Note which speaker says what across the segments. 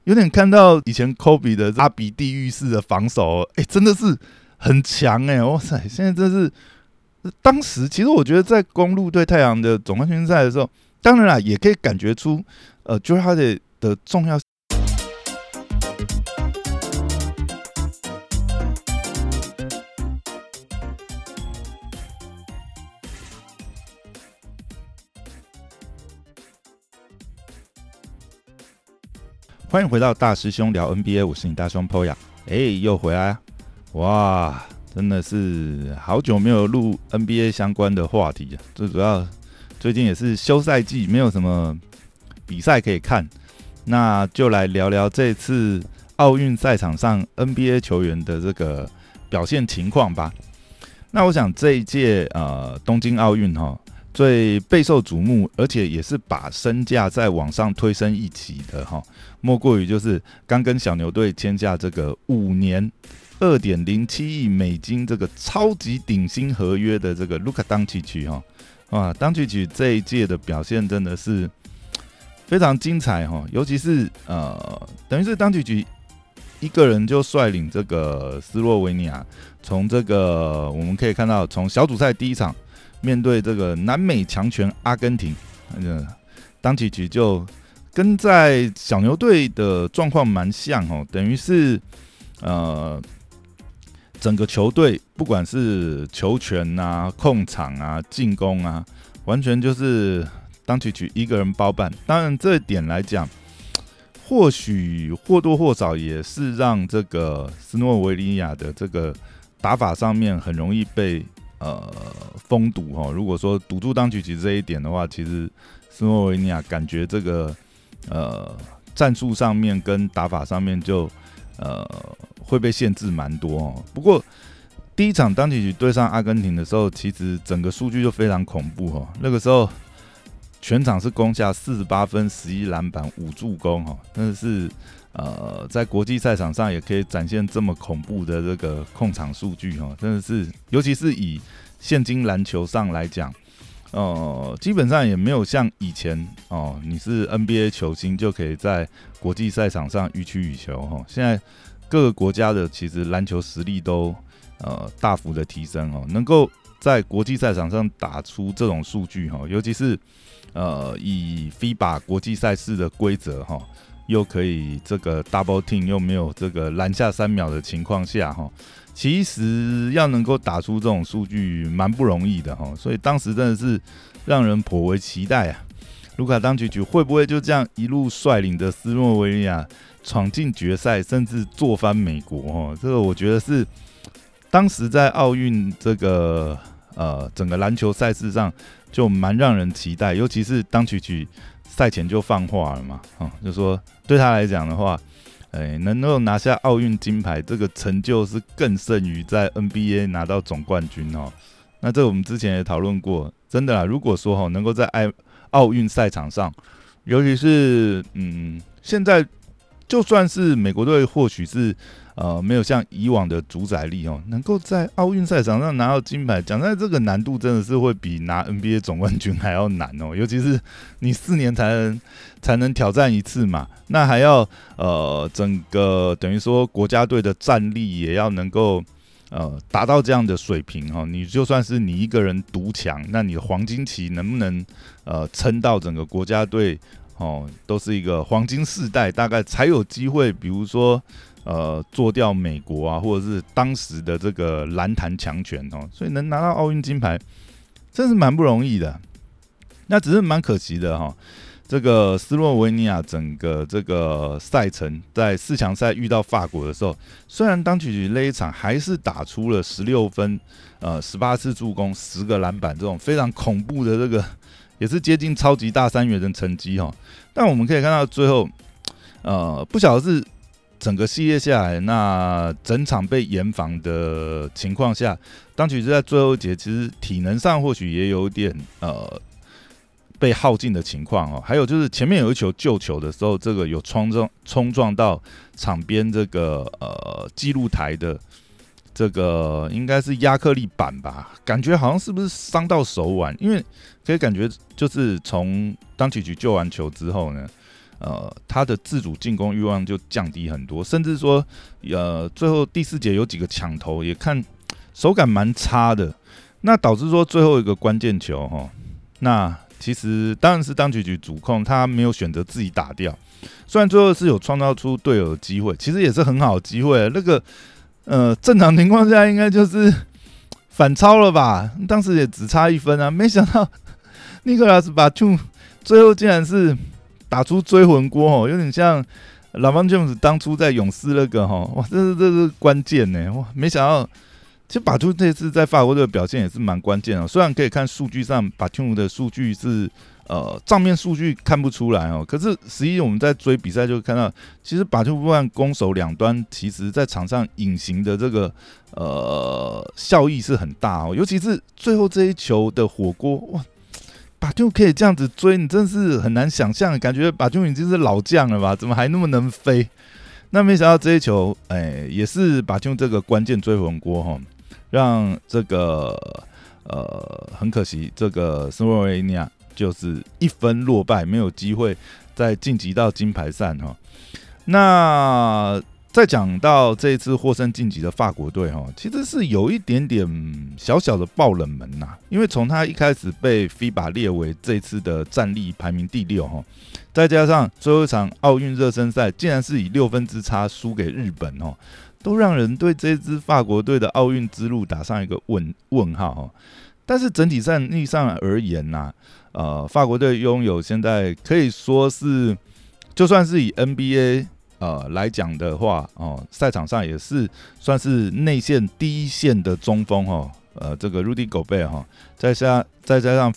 Speaker 1: 有点看到以前 Kobe 的阿比地狱式的防守，真的是很强哇塞！现在真是，当时其实我觉得在公鹿对太阳的总冠军赛的时候，当然啦，也可以感觉出Jrue Holiday 的重要性。欢迎回到大师兄聊 NBA， 我是你大兄 Poya， 又回来哇！真的是好久没有录 NBA 相关的话题，最主要最近也是休赛季，没有什么比赛可以看，那就来聊聊这次奥运赛场上 NBA 球员的这个表现情况吧。那我想这一届东京奥运最备受瞩目，而且也是把身价再往上推升一级的莫过于就是刚跟小牛队签下这个5年2.07亿美金这个超级顶薪合约的这个卢卡当奇奇当奇奇这一届的表现真的是非常精彩尤其是等于是当奇奇一个人就率领这个斯洛维尼亚，从这个我们可以看到，从小组赛第一场面对这个南美强权阿根廷，当奇奇就跟在小牛队的状况蛮像等于是整个球队不管是球权啊、控场啊、进攻啊，完全就是当奇奇一个人包办。当然这一点来讲，或许或多或少也是让这个斯诺维尼亚的这个打法上面很容易被封堵如果说堵住当奇奇这一点的话，其实斯诺维尼亚感觉这个战术上面跟打法上面就会被限制蛮多不过第一场当奇奇对上阿根廷的时候，其实整个数据就非常恐怖那个时候全场是攻下48分、11篮板、5助攻真的是在国际赛场上也可以展现这么恐怖的这个控场数据真的是，尤其是以现今篮球上来讲基本上也没有像以前你是 NBA 球星就可以在国际赛场上予取予求现在各个国家的其实篮球实力都大幅的提升能够在国际赛场上打出这种数据尤其是以 FIBA 国际赛事的规则又可以这个 double team 又没有这个篮下3秒的情况下其实要能够打出这种数据蛮不容易的所以当时真的是让人颇为期待卢卡当奇奇会不会就这样一路率领的斯洛维尼亚闯进决赛，甚至做翻美国这个我觉得是当时在奥运这个整个篮球赛事上就蛮让人期待，尤其是当奇奇赛前就放话了嘛就说对他来讲的话能够拿下奥运金牌，这个成就是更胜于在 NBA 拿到总冠军那这个我们之前也讨论过，真的啦，如果说能够在奥运赛场上，尤其是现在就算是美国队或许是没有像以往的主宰力能够在奥运赛场上拿到金牌，讲在这个难度真的是会比拿 NBA 总冠军还要难尤其是你4年才能挑战一次嘛，那还要整个等于说国家队的战力也要能够达到这样的水平你就算是你一个人独强，那你的黄金期能不能撑到整个国家队都是一个黄金世代，大概才有机会，比如说做掉美国啊，或者是当时的这个篮坛强权所以能拿到奥运金牌，真是蛮不容易的。那只是蛮可惜的这个斯洛维尼亚整个这个赛程在4强赛遇到法国的时候，虽然当奇奇那一场还是打出了16分18次助攻10个篮板这种非常恐怖的这个也是接近超级大三元的成绩但我们可以看到最后不晓得是整个系列下来，那整场被严防的情况下，当奇奇在最后一节其实体能上或许也有点被耗尽的情况还有就是前面有一球救球的时候，这个有冲撞到场边这个记录台的这个应该是亚克力板吧，感觉好像是不是伤到手腕，因为可以感觉就是从当奇奇救完球之后呢他的自主进攻欲望就降低很多，甚至说最后第4节有几个抢投也看手感蛮差的，那导致说最后一个关键球那其实当然是当局主控他没有选择自己打掉，虽然最后是有创造出队友的机会，其实也是很好的机会，那个正常情况下应该就是反超了吧，当时也只差1分啊，没想到尼克拉斯巴图最后竟然是打出追魂锅有点像拉邦詹姆斯当初在勇士那个哇，这是关键呢，哇，没想到。其实巴图这次在法国队的表现也是蛮关键的，虽然可以看数据上巴图的数据是账面数据看不出来可是实际我们在追比赛就看到，其实巴图不管攻守两端，其实在场上隐形的这个效益是很大尤其是最后这一球的火锅，哇，巴图可以这样子追，你真是很难想象，感觉巴图已经是老将了吧，怎么还那么能飞？那没想到这一球，也是巴图这个关键追魂锅让这个很可惜，这个斯洛维尼亚就是1分落败，没有机会再晋级到金牌赛那再讲到这一次获胜晋级的法国队其实是有一点点小小的爆冷门因为从他一开始被 FIBA 列为这次的战力排名第6再加上最后一场奥运热身赛竟然是以6分之差输给日本都让人对这支法国队的奥运之路打上一个问号但是整体战力上而言法国队拥有现在可以说是，就算是以 NBA来讲的话赛场上也是算是内线第一线的中锋这个 Rudy Gobert 再加上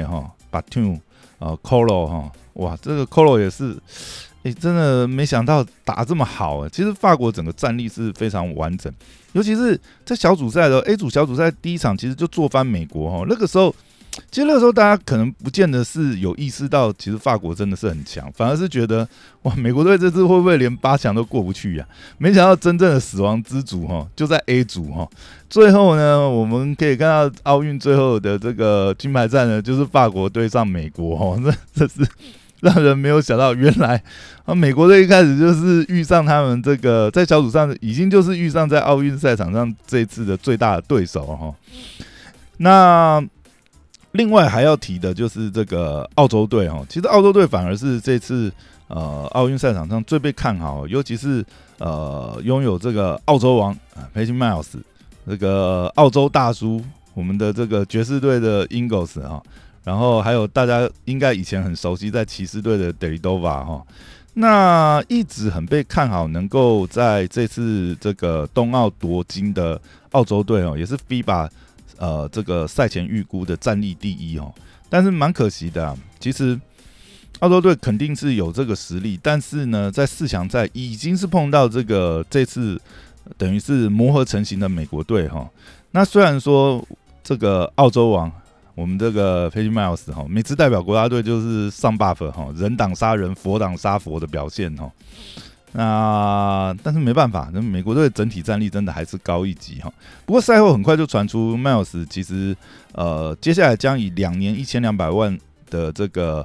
Speaker 1: Fournier、Batum、Colo 哇，这个 Colo 也是。真的没想到打这么好其实法国整个战力是非常完整，尤其是在小组赛的 A 组小组赛第一场，其实就做翻美国那个时候，其实那个时候大家可能不见得是有意识到，其实法国真的是很强，反而是觉得哇，美国队这次会不会连8强都过不去呀？没想到真正的死亡之组就在 A 组最后呢，我们可以看到奥运最后的这个金牌战呢，就是法国对上美国这是。让人没有想到，原来美国队一开始就是遇上他们这个在小组上已经就是遇上在奥运赛场上这一次的最大的对手那另外还要提的就是这个澳洲队其实澳洲队反而是这次奥运赛场上最被看好，尤其是拥有这个澳洲王Patty Miles 这个澳洲大叔，我们的这个爵士队的 Ingles然后还有大家应该以前很熟悉在骑士队的 Deridova 那一直很被看好能够在这次这个冬奥夺金的澳洲队也是 FIBA 这个赛前预估的战力第一但是蛮可惜的其实澳洲队肯定是有这个实力，但是呢在4强赛已经是碰到这次等于是磨合成型的美国队那虽然说这个澳洲王我们这个 Patty Miles 每次代表国家队就是上 buff 人挡杀人佛挡杀佛的表现那但是没办法，美国队整体战力真的还是高一级不过赛后很快就传出 Miles 其实接下来将以2年1200万的这个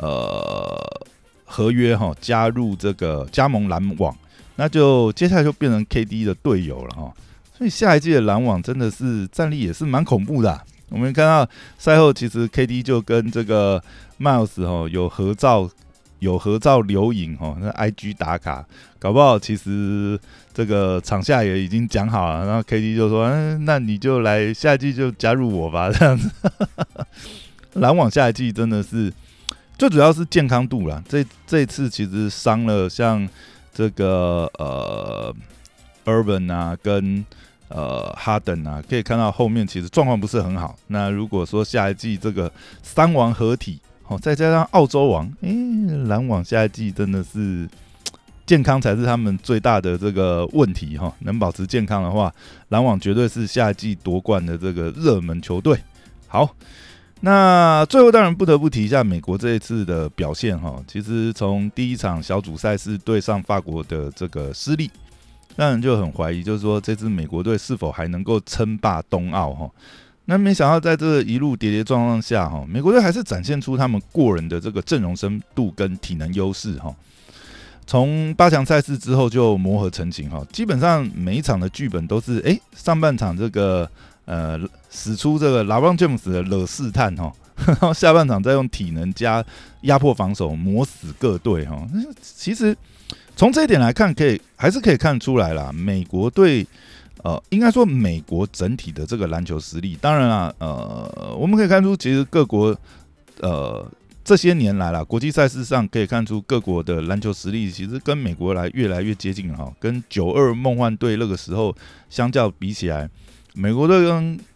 Speaker 1: 合约加入这个加盟篮网，那就接下来就变成 KD 的队友了所以下一季的篮网真的是战力也是蛮恐怖的我们看到赛后，其实 KD 就跟这个 Miles 有合照留影那 IG 打卡，搞不好其实这个场下也已经讲好了，然后 KD 就说，那你就来下一季就加入我吧，这样子。篮网下一季真的是最主要是健康度啦，这一次其实伤了像这个Urban 啊跟哈登啊，可以看到后面其实状况不是很好。那如果说下一季这个3王合体，再加上澳洲王，篮网下一季真的是健康才是他们最大的这个问题能保持健康的话，篮网绝对是下一季夺冠的这个热门球队。好，那最后当然不得不提一下美国这一次的表现其实从第一场小组赛是对上法国的这个失利，让人就很怀疑，就是说这支美国队是否还能够称霸冬奥那没想到在这一路跌跌撞撞下，美国队还是展现出他们过人的这个阵容深度跟体能优势。从8强赛事之后就磨合成型，基本上每一场的剧本都是，上半场这个使出这个LeBron James的惹试探，然后下半场再用体能加压迫防守磨死各队。其实从这一点来看，还是可以看出来啦，美国队应该说美国整体的这个篮球实力，当然啦，我们可以看出，其实各国这些年来啦，国际赛事上可以看出各国的篮球实力其实跟美国越来越接近了，跟92梦幻队那个时候相较比起来，美国队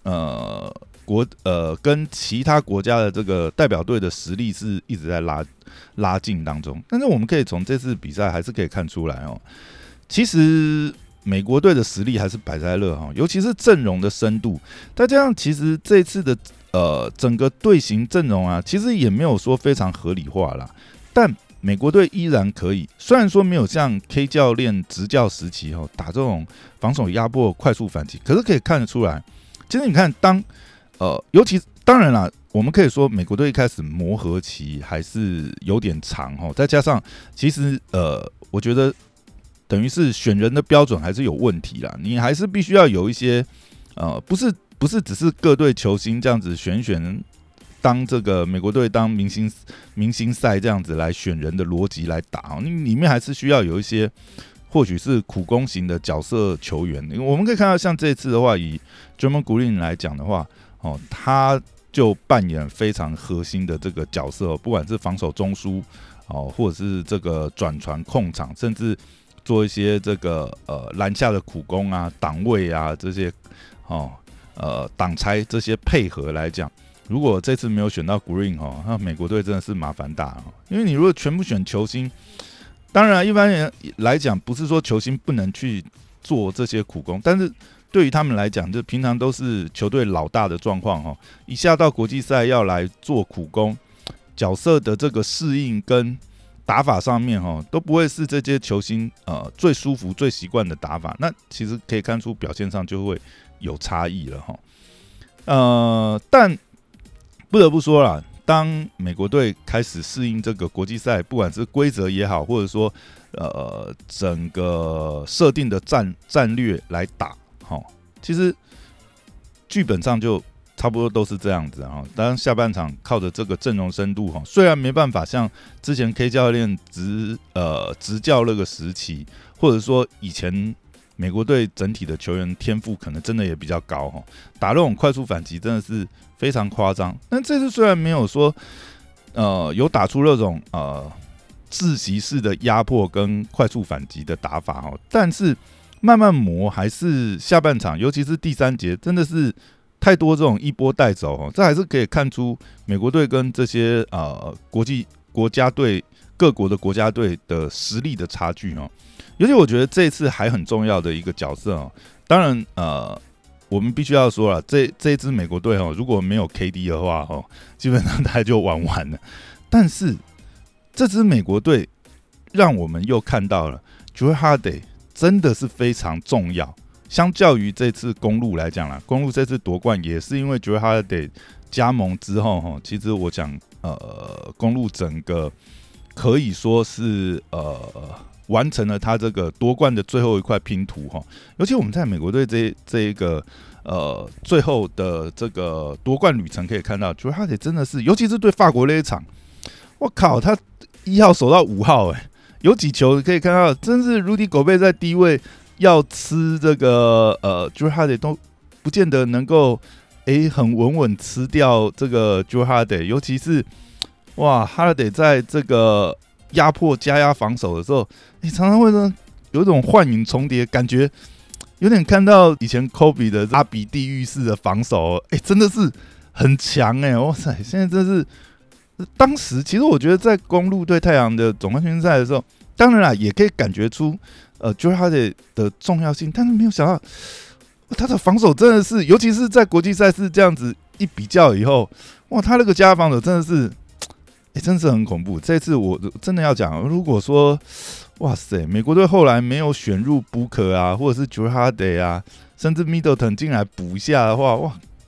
Speaker 1: 跟其他国家的这个代表队的实力是一直在拉近当中。但是我们可以从这次比赛还是可以看出来其实美国队的实力还是摆在那，尤其是阵容的深度，再加上其实这次的整个队形阵容啊，其实也没有说非常合理化啦，但美国队依然可以，虽然说没有像 K 教练执教时期打这种防守压迫快速反击，可是可以看得出来，其实你看尤其当然啦，我们可以说美国队一开始磨合期还是有点长再加上其实我觉得等于是选人的标准还是有问题啦，你还是必须要有一些不是只是各队球星这样子选当这个美国队当明星赛这样子来选人的逻辑来打，你里面还是需要有一些或许是苦攻型的角色球员。我们可以看到像这次的话，以 Draymond Green 来讲的话，他就扮演非常核心的这个角色，不管是防守中枢或者是这个转传控场，甚至做一些这个篮下的苦攻啊、挡位啊这些挡拆这些配合来讲，如果这次没有选到 Green 那美国队真的是麻烦大因为你如果全部选球星，当然一般人来讲不是说球星不能去做这些苦攻，但是对于他们来讲，就平常都是球队老大的状况一下到国际赛要来做苦攻，角色的这个适应跟打法上面都不会是这些球星最舒服最习惯的打法，那其实可以看出表现上就会有差异了但不得不说啦，当美国队开始适应这个国际赛，不管是规则也好，或者说整个设定的战略来打其实剧本上就差不多都是这样子当然下半场靠着这个阵容深度虽然没办法像之前 K 教练执教那个时期，或者说以前美国队整体的球员天赋可能真的也比较高打那种快速反击真的是非常夸张。但这次虽然没有说有打出那种窒息式的压迫跟快速反击的打法但是慢慢磨，还是下半场，尤其是第3节，真的是太多这种一波带走这还是可以看出美国队跟这些国家队各国的国家队的实力的差距尤其我觉得这一次还很重要的一个角色当然我们必须要说了，这一支美国队如果没有 KD 的话基本上大概就玩完了。但是这支美国队让我们又看到了 Jrue Holiday 真的是非常重要。相较于这次公鹿来讲啦，公鹿这次夺冠也是因为 Jrue Holiday 加盟之后其实我讲公鹿整个可以说是完成了他这个夺冠的最后一块拼图尤其我们在美国队这一个最后的这个夺冠旅程可以看到 Jrue Holiday 真的是，尤其是对法国那一场，我靠，他1号守到5号有几球可以看到，真是 Rudy Gobert 在低位要吃这个Jrue Holiday 都不见得能够很稳稳吃掉这个 Jrue Holiday， 尤其是哇 Holiday 在这个压迫加压防守的时候，常常会有一种幻影重叠，感觉有点看到以前 Kobe 的阿比地狱式的防守真的是很强哇塞！现在真是。当时其实我觉得在公鹿对太阳的总冠军赛的时候，当然啦也可以感觉出Jrue Holiday 的重要性，但是没有想到他的防守真的是，尤其是在国际赛事这样子一比较以后，哇，他那个加防守真的是，真是很恐怖。这次我真的要讲，如果说哇塞，美国队后来没有选入 Booker 啊，或者是 Jrue Holiday 啊，甚至 Middleton 进来补一下的话，哇，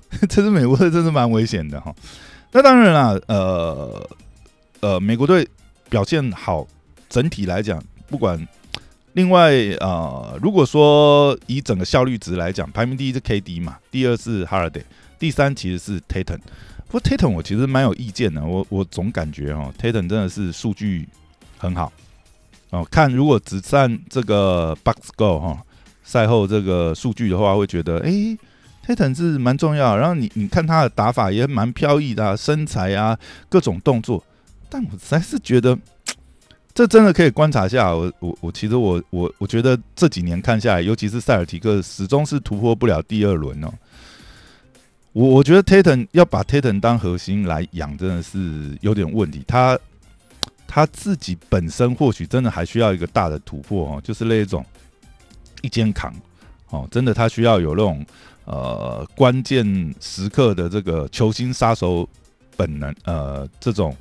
Speaker 1: 这支美国队真是蛮危险的哈。那当然啦，美国队表现好，整体来讲，不管另外如果说以整个效率值来讲，排名第一是 KD 嘛，第二是 Holiday， 第三其实是 Tatum。不过 Tatum 我其实蛮有意见的，我总感觉Tatum 真的是数据很好看如果只占这个 Box Score 赛后这个数据的话，会觉得Tatum 是蛮重要的。然后你看他的打法也蛮飘逸的啊，身材啊，各种动作。但我实在是觉得，这真的可以观察一下。其实我觉得这几年看下来，尤其是塞尔提克始终是突破不了第二轮我觉得 Tatum 要把 Tatum 当核心来养，真的是有点问题。他自己本身或许真的还需要一个大的突破就是那种一肩扛真的他需要有那种关键时刻的这个球星杀手本能这种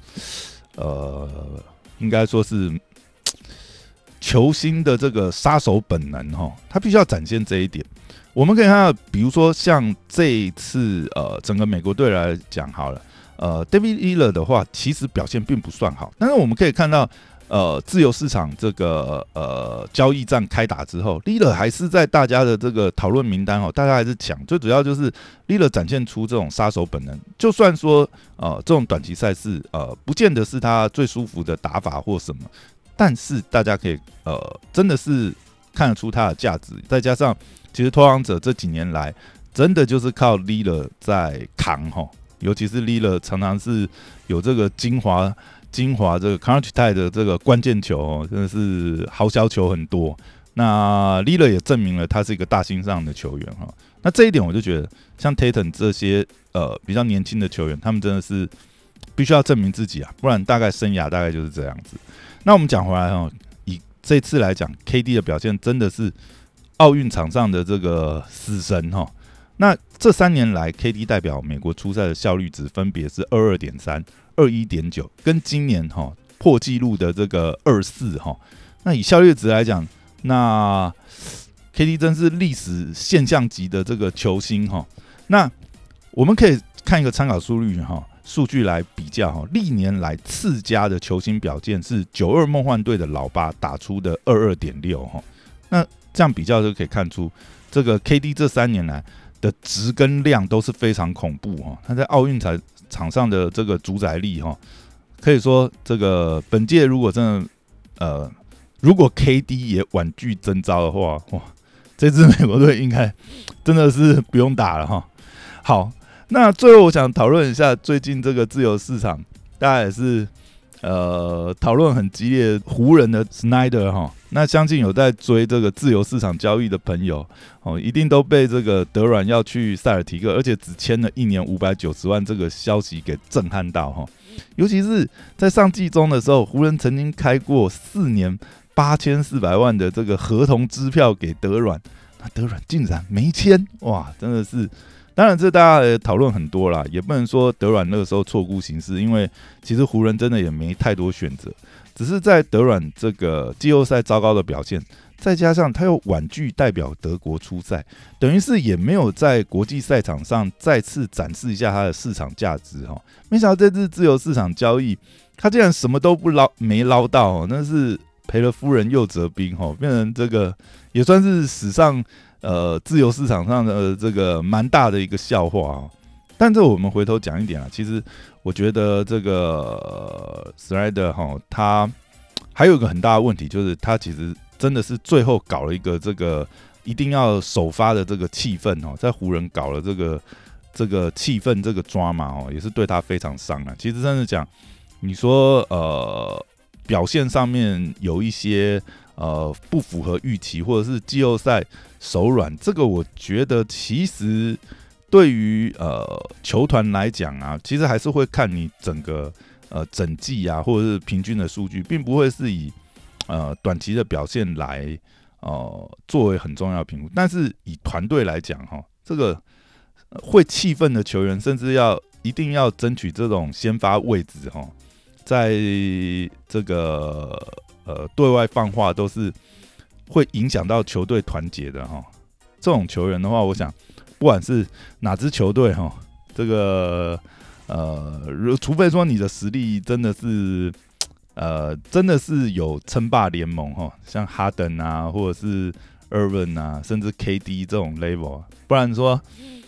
Speaker 1: 应该说是球星的这个杀手本能他必须要展现这一点。我们可以看到，比如说像这一次整个美国队来讲好了，David Lillard 的话，其实表现并不算好，但是我们可以看到，自由市场这个交易战开打之后 ，Lillard 还是在大家的这个讨论名单大家还是抢，最主要就是 Lillard 展现出这种杀手本能。就算说这种短期赛事不见得是他最舒服的打法或什么，但是大家可以真的是看得出他的价值，再加上其实拓荒者这几年来真的就是靠 Lillard 在扛尤其是 Lillard 常常是有这个精华这个 Crunch Time 的这个关键球真的是好小球很多。那 Lillard 也证明了他是一个大心脏的球员那这一点我就觉得，像 Tatum 这些比较年轻的球员，他们真的是必须要证明自己不然大概生涯大概就是这样子。那我们讲回来以这次来讲 ，KD 的表现真的是奥运场上的这个死神那这3年来 ，KD 代表美国出赛的效率值分别是 22.3、21.9，跟今年破纪录的这个24那以效率值来讲，那 KD 真是历史现象级的这个球星那我们可以看一个参考数据来比较历年来次佳的球星表现是92梦幻队的老八打出的 22.6那这样比较就可以看出，这个 KD 这3年来的值跟量都是非常恐怖他在奥运场上的这个主宰力可以说这个本届如果真的如果 KD 也婉拒征召的话，哇，这支美国队应该真的是不用打了好，那最后我想讨论一下最近这个自由市场，大家也是讨论很激烈，湖人的 Snyder 那相信有在追这个自由市场交易的朋友一定都被这个德软要去塞尔提克，而且只签了1年590万这个消息给震撼到尤其是在上季中的时候，湖人曾经开过4年8400万的这个合同支票给德软，那德软竟然没签，哇，真的是。当然，这大家也讨论很多啦，也不能说德软那个时候错估形势，因为其实湖人真的也没太多选择，只是在德软这个季后赛糟糕的表现，再加上他又婉拒代表德国出赛，等于是也没有在国际赛场上再次展示一下他的市场价值没想到这次自由市场交易，他竟然什么都没捞到那是赔了夫人又折兵变成这个也算是史上自由市场上的这个蛮大的一个笑话但这我们回头讲一点其实我觉得这个 Snyder 他还有一个很大的问题，就是他其实真的是最后搞了一个这个一定要首发的这个气氛在湖人搞了这个气氛这个drama也是对他非常伤其实真的讲，你说表现上面有一些不符合预期，或者是季后赛手软，这个我觉得其实对于球团来讲其实还是会看你整个整季或者是平均的数据，并不会是以短期的表现来作为很重要的评估。但是以团队来讲这个会气愤的球员，甚至一定要争取这种先发位置在这个对外放话都是会影响到球队团结的这种球员的话，我想不管是哪支球队这个除非说你的实力真的是有称霸联盟哈，像哈登啊，或者是 Irving 啊，甚至 KD 这种 level， 不然说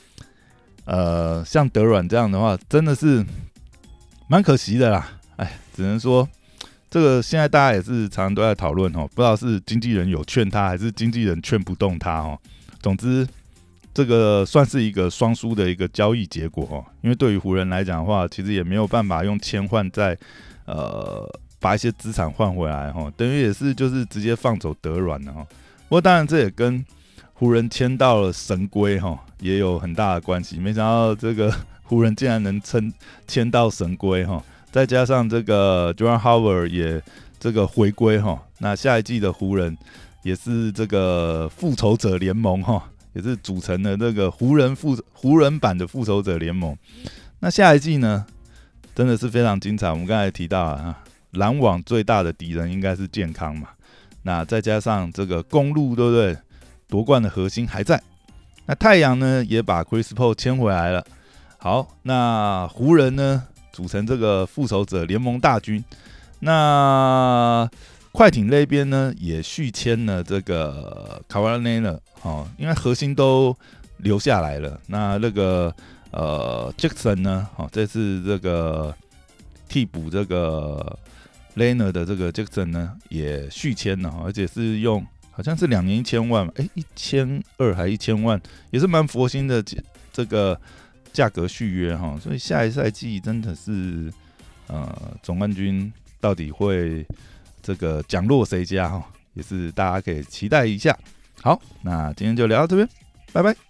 Speaker 1: 像德软这样的话，真的是蛮可惜的啦。哎，只能说这个现在大家也是常常都在讨论哦，不知道是经纪人有劝他，还是经纪人劝不动他哦。总之，这个算是一个双输的一个交易结果哦。因为对于湖人来讲的话，其实也没有办法用签换再把一些资产换回来哈，等于也是就是直接放走德软了哈。不过当然这也跟湖人签到了神龟哈，也有很大的关系。没想到这个湖人竟然能签到神龟哈，再加上这个 Jordan Howard 也这个回归哈，那下一季的湖人也是这个复仇者联盟哈，也是组成了这个湖人版的复仇者联盟。那下一季呢，真的是非常精彩。我们刚才提到了篮网最大的敌人应该是健康嘛，那再加上这个公路对不对？夺冠的核心还在。那太阳呢也把 Chris Paul 签回来了。好，那湖人呢组成这个复仇者联盟大军。那快艇那边呢也续签了这个 Kawhi Leonard 因为核心都留下来了。那个Jackson 呢这次这个替补这个 Leonard 的这个 Jackson 呢也续签了，而且是用好像是2年1000万，1200还1000万，也是蛮佛心的这个价格续约哈。所以下一赛季真的是总冠军到底会这个奖落谁家哈，也是大家可以期待一下。好，那今天就聊到这边，拜拜。